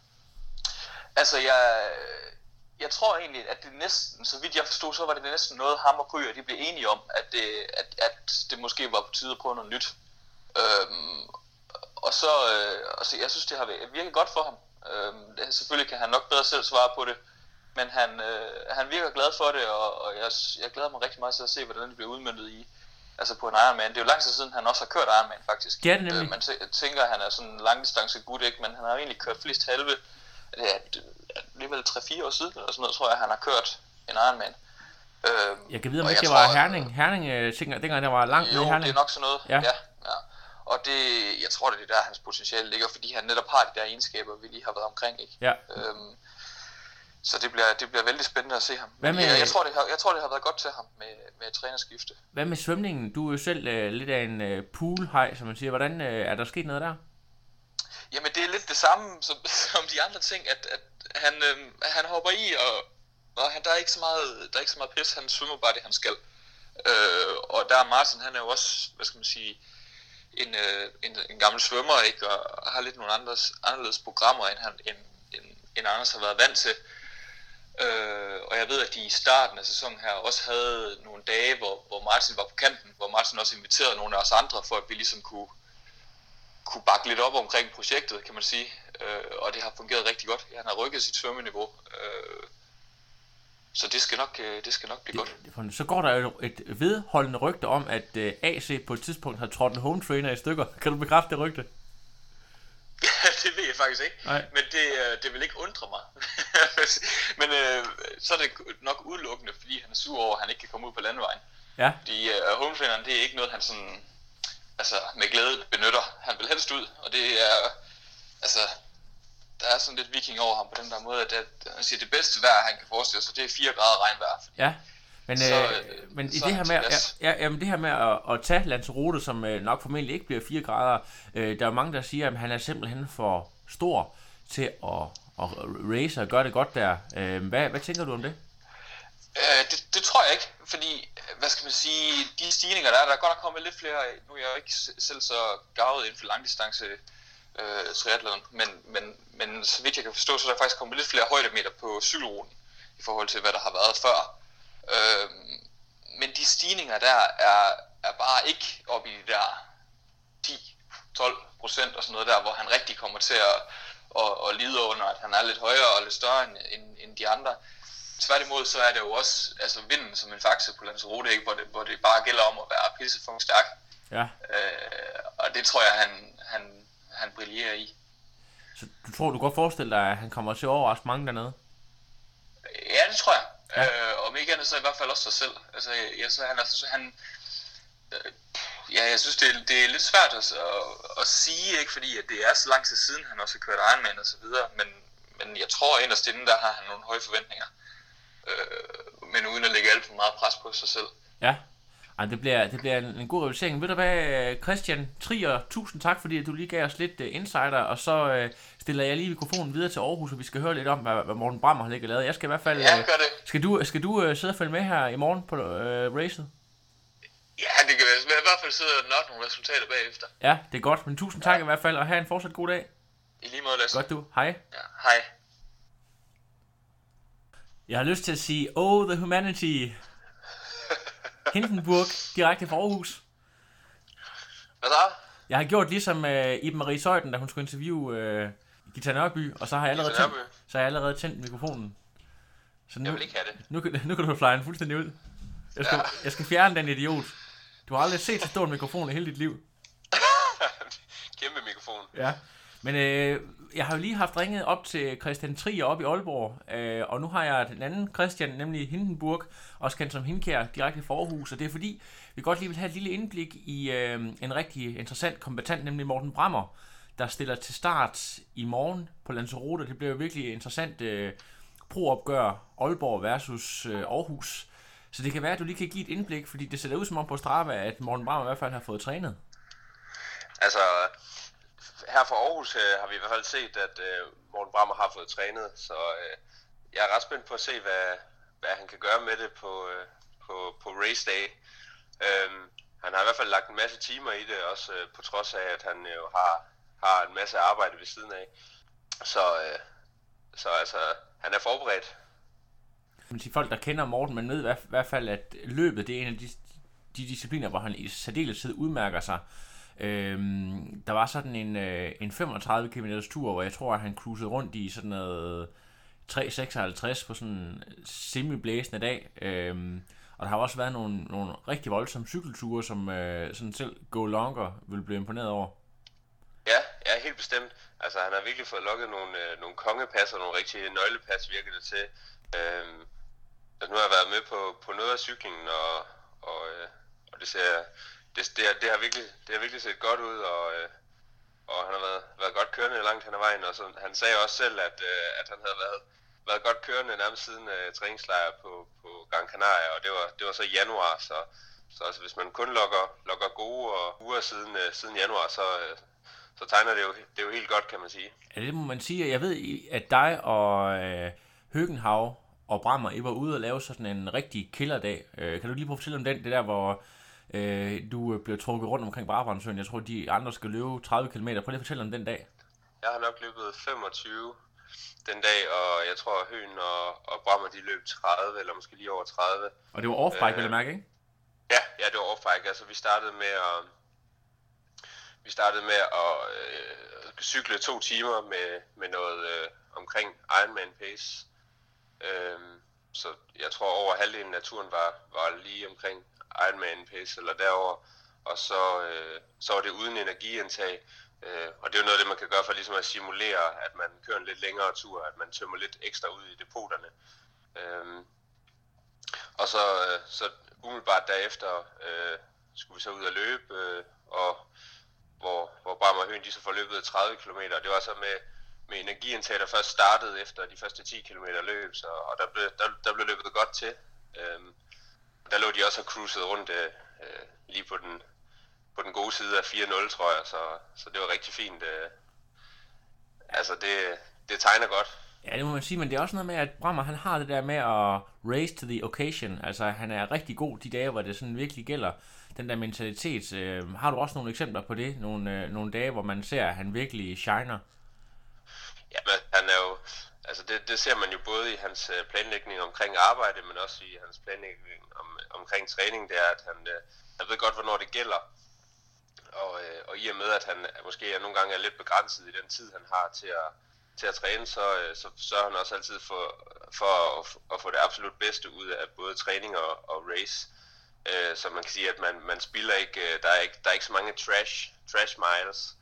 Altså, jeg... Jeg tror egentlig, at det næsten, så vidt jeg forstod, så var det næsten noget, ham og Kryger, de blev enige om, at det, at, at det måske var på tide at prøve noget nyt. Øhm, og så, øh, altså, jeg synes, det har virket godt for ham. Øhm, det, selvfølgelig kan han nok bedre selv svare på det, men han, øh, han virker glad for det, og, og jeg, jeg glæder mig rigtig meget til at se, hvordan det bliver udmøntet i, altså på en Ironman. Det er jo lang tid siden, han også har kørt Ironman, faktisk.
Det er det nemlig.
Øh, man t- tænker, at han er sådan en langdistance gut, ikke? Men han har egentlig kørt flest halve. Det er alligevel tre fire år siden, eller sådan noget, tror jeg, han har kørt en Ironman. Øhm,
jeg kan vide, om ikke det var Herning. Herning, øh, tænker, dengang der var langt
jo,
med Herning.
Det er nok sådan noget.
Ja.
Ja, ja. Og det, jeg tror, det er der, hans potentiale ligger, fordi han netop har de der egenskaber, vi lige har været omkring, ikke?
Ja.
Øhm, så det bliver, det bliver vældig spændende at se ham.
Hvad med,
jeg, jeg, tror, det har, jeg tror, det har været godt til ham med, med trænerskifte.
Hvad med svømningen? Du er jo selv øh, lidt af en øh, pool-hej, som man siger. Hvordan øh, er der sket noget der?
Jamen, det er lidt det samme som, som de andre ting, at, at han, øh, han hopper i, og, og han, der, er ikke så meget, der er ikke så meget pis, han svømmer bare det, han skal. Øh, og der er Martin, han er jo også, hvad skal man sige, en, øh, en, en gammel svømmer, ikke, og har lidt nogle andres, anderledes programmer, end, han, end, end, end Anders har været vant til. Øh, og jeg ved, at de i starten af sæsonen her også havde nogle dage, hvor, hvor Martin var på kanten, hvor Martin også inviterede nogle af os andre, for at vi ligesom kunne, kunne bakke lidt op omkring projektet, kan man sige. Øh, og det har fungeret rigtig godt. Han har rykket sit svømmeniveau. Øh, så det skal nok, øh, det skal nok blive
det,
godt.
Så går der jo et vedholdende rygte om, at øh, A C på et tidspunkt har trådt en home trainer i stykker. Kan du bekræfte det rygte?
Ja, det ved jeg faktisk ikke.
Nej.
Men det, øh, det vil ikke undre mig. Men øh, så er det nok udelukkende, fordi han er sur over, at han ikke kan komme ud på landevejen.
Ja.
Fordi øh, home traineren, det er ikke noget, han sådan, altså med glæde benytter. Han vil helst ud, og det er, altså, der er sådan lidt viking over ham på den der måde, at, at han siger, det bedste vejr, han kan forestille sig, det er fire grader regnvejr.
Ja, men,
så,
øh, men i det her med, ja, ja, jamen det her med at, at tage Lanzarote, som øh, nok formentlig ikke bliver fire grader, øh, der er mange, der siger, at han er simpelthen for stor til at, at race og gøre det godt der. Øh, hvad, hvad tænker du om det?
Øh, det, det tror jeg ikke, fordi, hvad skal man sige, de stigninger der er, der er godt nok kommet lidt flere af. Nu er jeg jo ikke selv så gavet inden for langdistance øh, triathlon, men, men, men så vidt jeg kan forstå, så er der faktisk kommet lidt flere højdemeter på cykelruten i forhold til, hvad der har været før. Øh, men de stigninger der er, er bare ikke oppe i de der ti til tolv procent og sådan noget der, hvor han rigtig kommer til at, at, at lide under, at han er lidt højere og lidt større end, end, end de andre. Tværtimod så er det jo også altså vinden som en fakse på Lanzarote, ikke, hvor det, hvor det bare gælder om at være pissefucking stærk.
Ja.
Øh, og det tror jeg, han, han, han brillerer i.
Så du tror, du godt forestille dig, at han kommer til at overraske mange dernede?
Ja, det tror jeg.
Ja.
Øh, om ikke andet, så i hvert fald også sig selv. Altså, jeg, så han, altså, han, øh, ja, jeg synes, det er, det er lidt svært at, at, at sige, ikke, fordi at det er så lang tid siden, han også har kørt Ironman og så videre, men, men jeg tror inderst inden, der har han nogle høje forventninger. Øh, men uden at lægge alt for meget pres på sig selv.
Ja, ej, det bliver, det bliver en, en god realisering. Ved du hvad, Christian Trier, tusind tak, fordi du lige gav os lidt uh, insider, og så uh, stiller jeg lige mikrofonen videre til Aarhus, og vi skal høre lidt om, hvad, hvad Morten Brammer har ligget lavet. Jeg skal i hvert fald... Uh,
ja, gør det.
Skal du, skal du uh, sidde og følge med her i morgen på uh, racet?
Ja, det kan være. I hvert fald sidde og note nogle resultater bagefter.
Ja, det er godt, men tusind tak ja. i hvert fald, og have en fortsat god dag.
I lige måde, Lasse.
Godt du. Hej.
Ja, hej.
Jeg har lyst til at sige, oh, the humanity. Hindenburg, direkte fra Aarhus.
Hvad så?
Jeg har gjort ligesom uh, Iben Marie Zeuthen, da hun skulle interviewe uh, Gita Nørby, og så har jeg allerede tændt, så har jeg allerede tændt mikrofonen. Så nu,
jeg vil ikke have det.
Nu, nu, nu kan du fly den fuldstændig ud. Jeg skal, ja. jeg skal fjerne den idiot. Du har aldrig set så stor en mikrofon i hele dit liv.
Kæmpe mikrofon.
Ja. Men øh, jeg har jo lige haft ringet op til Christian Trier op i Aalborg, øh, og nu har jeg den anden Christian, nemlig Hindenburg, også kendt som Hindkjær, direkte fra Aarhus, og det er fordi, vi godt lige vil have et lille indblik i øh, en rigtig interessant kombatant, nemlig Morten Brammer, der stiller til start i morgen på Lanzarote. Det bliver jo virkelig interessant øh, pro-opgør Aalborg versus øh, Aarhus. Så det kan være, at du lige kan give et indblik, fordi det ser ud som om på Strava, at Morten Brammer i hvert fald har fået trænet.
Altså, her fra Aarhus øh, har vi i hvert fald set, at øh, Morten Brammer har fået trænet, så øh, jeg er ret spændt på at se, hvad, hvad han kan gøre med det på, øh, på, på race day. Øhm, han har i hvert fald lagt en masse timer i det, også øh, på trods af, at han jo har, har en masse arbejde ved siden af. Så, øh, så altså, han er forberedt.
Folk, der kender Morten, man ved i hvert fald, at løbet det er en af de, de discipliner, hvor han i særdeleshed udmærker sig. Øhm, der var sådan en, øh, en femogtredive kilometers tur, hvor jeg tror, at han cruisede rundt i sådan noget tre seksoghalvtreds på sådan en semi-blæsende dag. Øhm, og der har også været nogle, nogle rigtig voldsomme cykelture, som øh, sådan selv Go Longer vil blive imponeret over.
Ja, ja, helt bestemt. Altså, han har virkelig fået lukket nogle, øh, nogle kongepas og nogle rigtige nøglepas, virker det til. Øhm, altså, nu har jeg været med på, på noget af cyklingen, og, og, øh, og det ser... Det, det, det, har virkelig, det har virkelig set godt ud, og, øh, og han har været, været godt kørende langt hen ad vejen. Og så, han sagde også selv, at, øh, at han havde været, været godt kørende nærmest siden øh, træningslejr på, på Gran Canaria, og det var, det var så i januar. Så, så altså, hvis man kun logger, logger gode og uger siden, øh, siden januar, så, øh, så tegner det jo, det er jo helt godt, kan man sige.
Ja, det må man sige. Jeg ved, at dig og øh, Høgenhav og Brammer, I var ude og lave sådan en rigtig killerdag. Øh, kan du lige prøve at fortælle om den, det der, hvor... Øh, du bliver trukket rundt omkring Brabrandssøen. Jeg tror, de andre skal løbe tredive kilometer. Prøv lige at fortælle om den dag.
Jeg har nok løbet femogtyve den dag, og jeg tror, at Høen og, og Brammer, de løb tredive, eller måske lige over tredive.
Og det var off-bike, øh, vil jeg mærke, ikke?
Ja, ja, det var off-bike. Altså, vi startede med at, vi startede med at øh, cykle to timer med, med noget øh, omkring Ironman pace. Øh, så jeg tror over halvdelen af turen var, var lige omkring Ironman pace eller derover, og så, øh, så var det uden energiindtag. Øh, og det er jo noget af det, man kan gøre for ligesom at simulere, at man kører en lidt længere tur, at man tømmer lidt ekstra ud i depoterne. Øh, og så, øh, så umiddelbart derefter øh, skulle vi så ud og løbe, øh, og hvor, hvor Bram og Høen de så forløbet tredive kilometer. Det var så med, med energiindtag, der først startede efter de første ti kilometer løb, så, og der blev, der, der blev løbet godt til. Øh, der lå de også og cruisede rundt øh, lige på den, på den gode side af fire nul, tror jeg, så, så det var rigtig fint. Øh. Altså, det, det tegner godt.
Ja, det må man sige, men det er også noget med, at Brammer, han har det der med at race to the occasion. Altså, han er rigtig god de dage, hvor det sådan virkelig gælder den der mentalitet. Øh, har du også nogle eksempler på det? Nogle, øh, nogle dage, hvor man ser, at han virkelig shiner?
Ja, men han er jo... Altså, det, det ser man jo både i hans planlægning omkring arbejde, men også i hans planlægning om, omkring træning. Det er, at han, han ved godt, hvornår det gælder. Og, og i og med, at han måske nogle gange er lidt begrænset i den tid, han har til at, til at træne, så, så sørger han også altid for, for at, at få det absolut bedste ud af både træning og, og race. Så man kan sige, at man, man spilder ikke, der er ikke, der er ikke så mange trash, trash miles.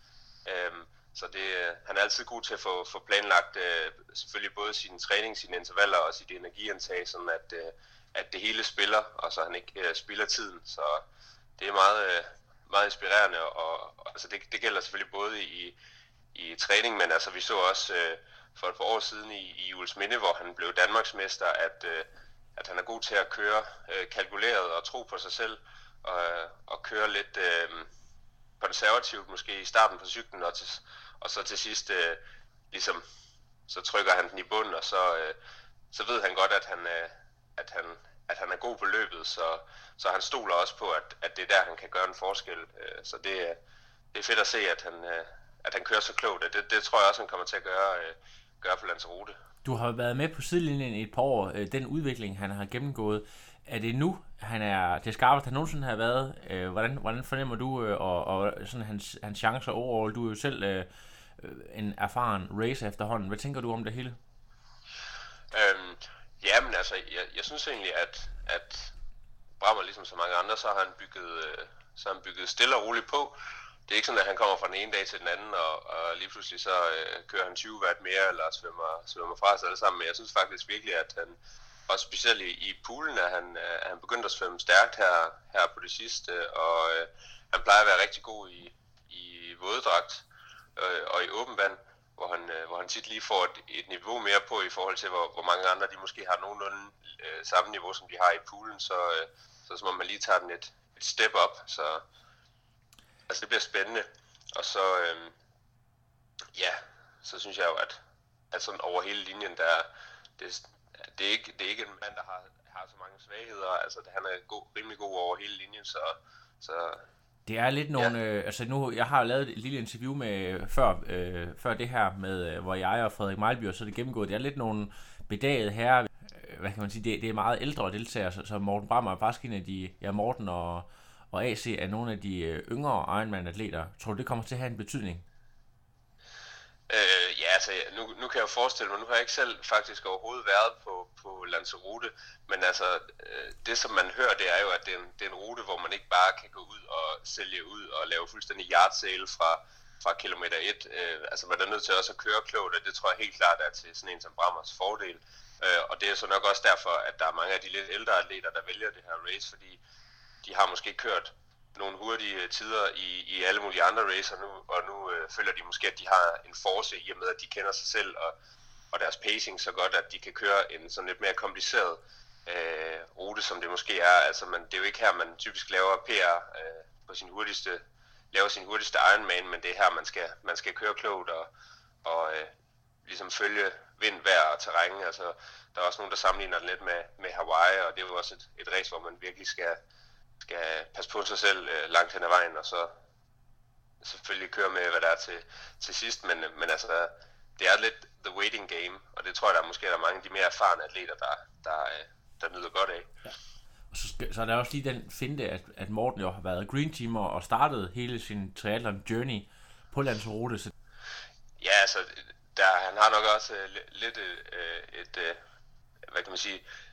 Så det, han er altid god til at få, få planlagt selvfølgelig både sin træning, sine intervaller og sit energiindtag, sådan at, at det hele spiller, og så han ikke spilder tiden. Så det er meget... meget inspirerende, og, og altså det, det gælder selvfølgelig både i, i træning, men altså vi så også øh, for et par år siden i, i Juelsminde, hvor han blev Danmarksmester, at, øh, at han er god til at køre øh, kalkuleret og tro på sig selv, og, og køre lidt øh, konservativt måske i starten på cyklen, og, til, og så til sidst øh, ligesom, så trykker han den i bunden, og så, øh, så ved han godt, at han, øh, at han at han er god på løbet, så, så han stoler også på, at, at det er der, han kan gøre en forskel. Så det, det er fedt at se, at han, at han kører så klogt. Det, det tror jeg også, han kommer til at gøre, gøre på Lanzarote.
Du har været med på sidelinjen i et par år. Den udvikling, han har gennemgået, er det nu, han er det skarpeste, han nogensinde har været? Hvordan, hvordan fornemmer du og, og sådan hans, hans chancer overall? Du er jo selv øh, en erfaren racer efterhånden. Hvad tænker du om det hele?
Øhm, Ja, men altså, jeg, jeg synes egentlig, at, at Brammer, ligesom så mange andre, så har han bygget, øh, så har han bygget stille og roligt på. Det er ikke sådan, at han kommer fra den ene dag til den anden, og, og lige pludselig så øh, kører han tyve watt mere, eller svømmer, svømmer fra sig alle sammen. Men jeg synes faktisk virkelig, at han, også specielt i, i poolen, er han, er han begyndt at svømme stærkt her, her på det sidste, og øh, han plejer at være rigtig god i, i våddragt øh, og i åben vand, hvor han, øh, hvor han tit lige får et, et niveau mere på i forhold til, hvor, hvor mange andre de måske har nogenlunde øh, samme niveau, som de har i poolen, så, øh, så som om man lige tager den et, et step op, så altså det bliver spændende. Og så, øh, ja, så synes jeg jo, at, at sådan over hele linjen, der det, det, er ikke, det er ikke en mand, der har, har så mange svagheder, altså han er god, rimelig god over hele linjen, så, så
det er lidt nogle, ja. øh, altså nu, jeg har lavet et lille interview med, før, øh, før det her, med, øh, hvor jeg og Frederik Mejlby og så det gennemgået. Det er lidt nogle bedagede herrer, øh, hvad kan man sige, det, det er meget ældre deltagere, så, så Morten Brammer er faktisk en af de, ja Morten og, og A C er nogle af de øh, yngre Ironman-atleter. Tror du, det kommer til at have en betydning?
Øh, ja, altså nu, nu kan jeg jo forestille mig, nu har jeg ikke selv faktisk overhovedet været på, på Lanzarote, men altså øh, det som man hører, det er jo, at det er, en, det er en rute, hvor man ikke bare kan gå ud og sælge ud og lave fuldstændig yard sale fra, fra kilometer et. Øh, altså man er nødt til også at køre klogt, og det tror jeg helt klart er til sådan en som Brammers fordel. Øh, og det er så nok også derfor, at der er mange af de lidt ældre atleter, der vælger det her race, fordi de har måske kørt nogle hurtige tider i, i alle mulige andre racer nu, og nu øh, føler de måske, at de har en force i og med, at de kender sig selv og, og deres pacing så godt, at de kan køre en sådan lidt mere kompliceret øh, rute, som det måske er. Altså, man, det er jo ikke her, man typisk laver P R øh, på sin hurtigste, laver sin hurtigste Ironman, men det er her, man skal, man skal køre klogt og, og øh, ligesom følge vind, vejr og terræn. Altså, der er også nogen, der sammenligner det lidt med, med Hawaii, og det er jo også et, et race, hvor man virkelig skal skal passe på sig selv øh, langt hen ad vejen, og så selvfølgelig køre med, hvad der er til, til sidst, men, men altså, det er lidt the waiting game, og det tror jeg, der er måske der er mange af de mere erfarne atleter, der, der, der nyder godt af. Ja.
Og så, skal, så er der også lige den finte, at, at Morten jo har været green teamer og startet hele sin triathlon journey på Lanzarote. Så...
Ja, altså, der, han har nok også øh, lidt øh, et, øh, hvad kan man sige,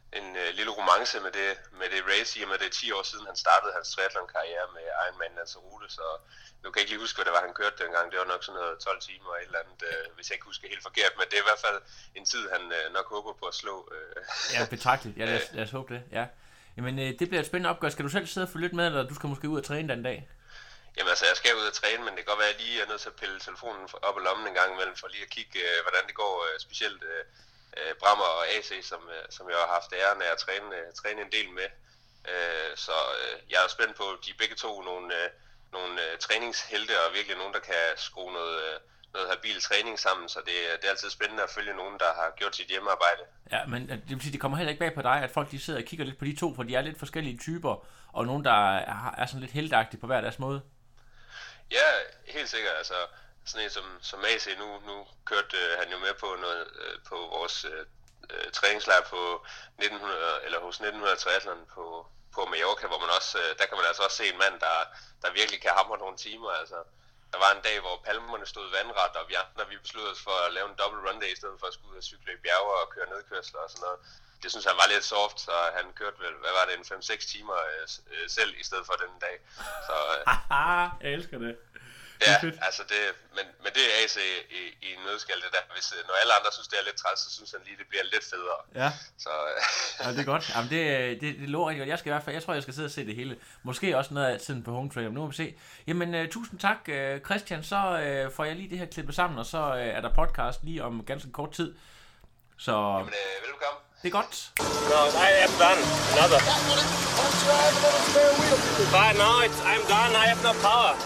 en øh, lille romance med det, med det race, i og med det er ti år siden, han startede hans triathlon-karriere med Ironman Lanzarote, så nu kan jeg ikke lige huske, hvad det var, han kørte dengang. Det var nok sådan noget tolv timer eller et eller andet, øh, hvis jeg ikke husker helt forkert, men det er i hvert fald en tid, han øh, nok håber på at slå. Øh.
Ja, betragteligt. Ja, lad os, lad os håbe det, ja. Jamen, øh, det bliver et spændende opgør. Skal du selv sidde og følge lidt med, eller du skal måske ud og træne den dag?
Jamen altså, jeg skal ud og træne, men det kan godt være, at jeg lige er nødt til at pille telefonen op og lommen en gang imellem, for lige at kigge, øh, hvordan det går, øh, specielt øh, øh, Brammer og A C, som, øh, som jeg har haft æren af at træne, øh, træne en del med. Øh, så øh, jeg er spændt på, de er begge to nogle, øh, nogle øh, træningshelte, og virkelig nogen, der kan skrue noget, øh, noget habil træning sammen, så det, det er altid spændende at følge nogen, der har gjort sit hjemmearbejde.
Ja, men det vil sige, det kommer heller ikke bag på dig, at folk de sidder og kigger lidt på de to, for de er lidt forskellige typer, og nogen, der er, er sådan lidt heltagtige på hver deres måde.
Ja, helt sikkert. Altså, sådan en som, som A C, nu, nu kørte øh, han jo med på noget øh, på vores øh, øh, træningslejr på nitten hundrede, eller hos nitten hundrede Triathlon på, på Mallorca, hvor man også, øh, der kan man altså også se en mand, der, der virkelig kan hamre nogle timer. Altså, der var en dag, hvor palmerne stod vandret, og vi andre, vi besluttede os for at lave en double run day, i stedet for at skulle ud og cykle i bjerge og køre nedkørsler og sådan noget. Det synes han var lidt soft, så han kørte vel, hvad var det, en fem seks timer øh, selv i stedet for den dag. Så, øh,
jeg elsker det.
Ja, altså det, men, men det er A C i, i en nødskal, det der. Hvis, når alle andre synes, det er lidt træls, så synes han lige, det bliver lidt federe.
Ja,
så,
ja det er godt. Jamen det, det, det lover rigtig godt. Jeg skal i hvert fald, jeg tror, jeg skal sidde og se det hele. Måske også noget af tiden på home trainer. Nu må vi se. Jamen, uh, tusind tak, uh, Christian. Så uh, får jeg lige det her klippet sammen, og så uh, er der podcast lige om ganske kort tid. Så...
Jamen, uh, velkommen.
Det er godt.
No, I am done. Another. But no, it's, I'm done. I have no power.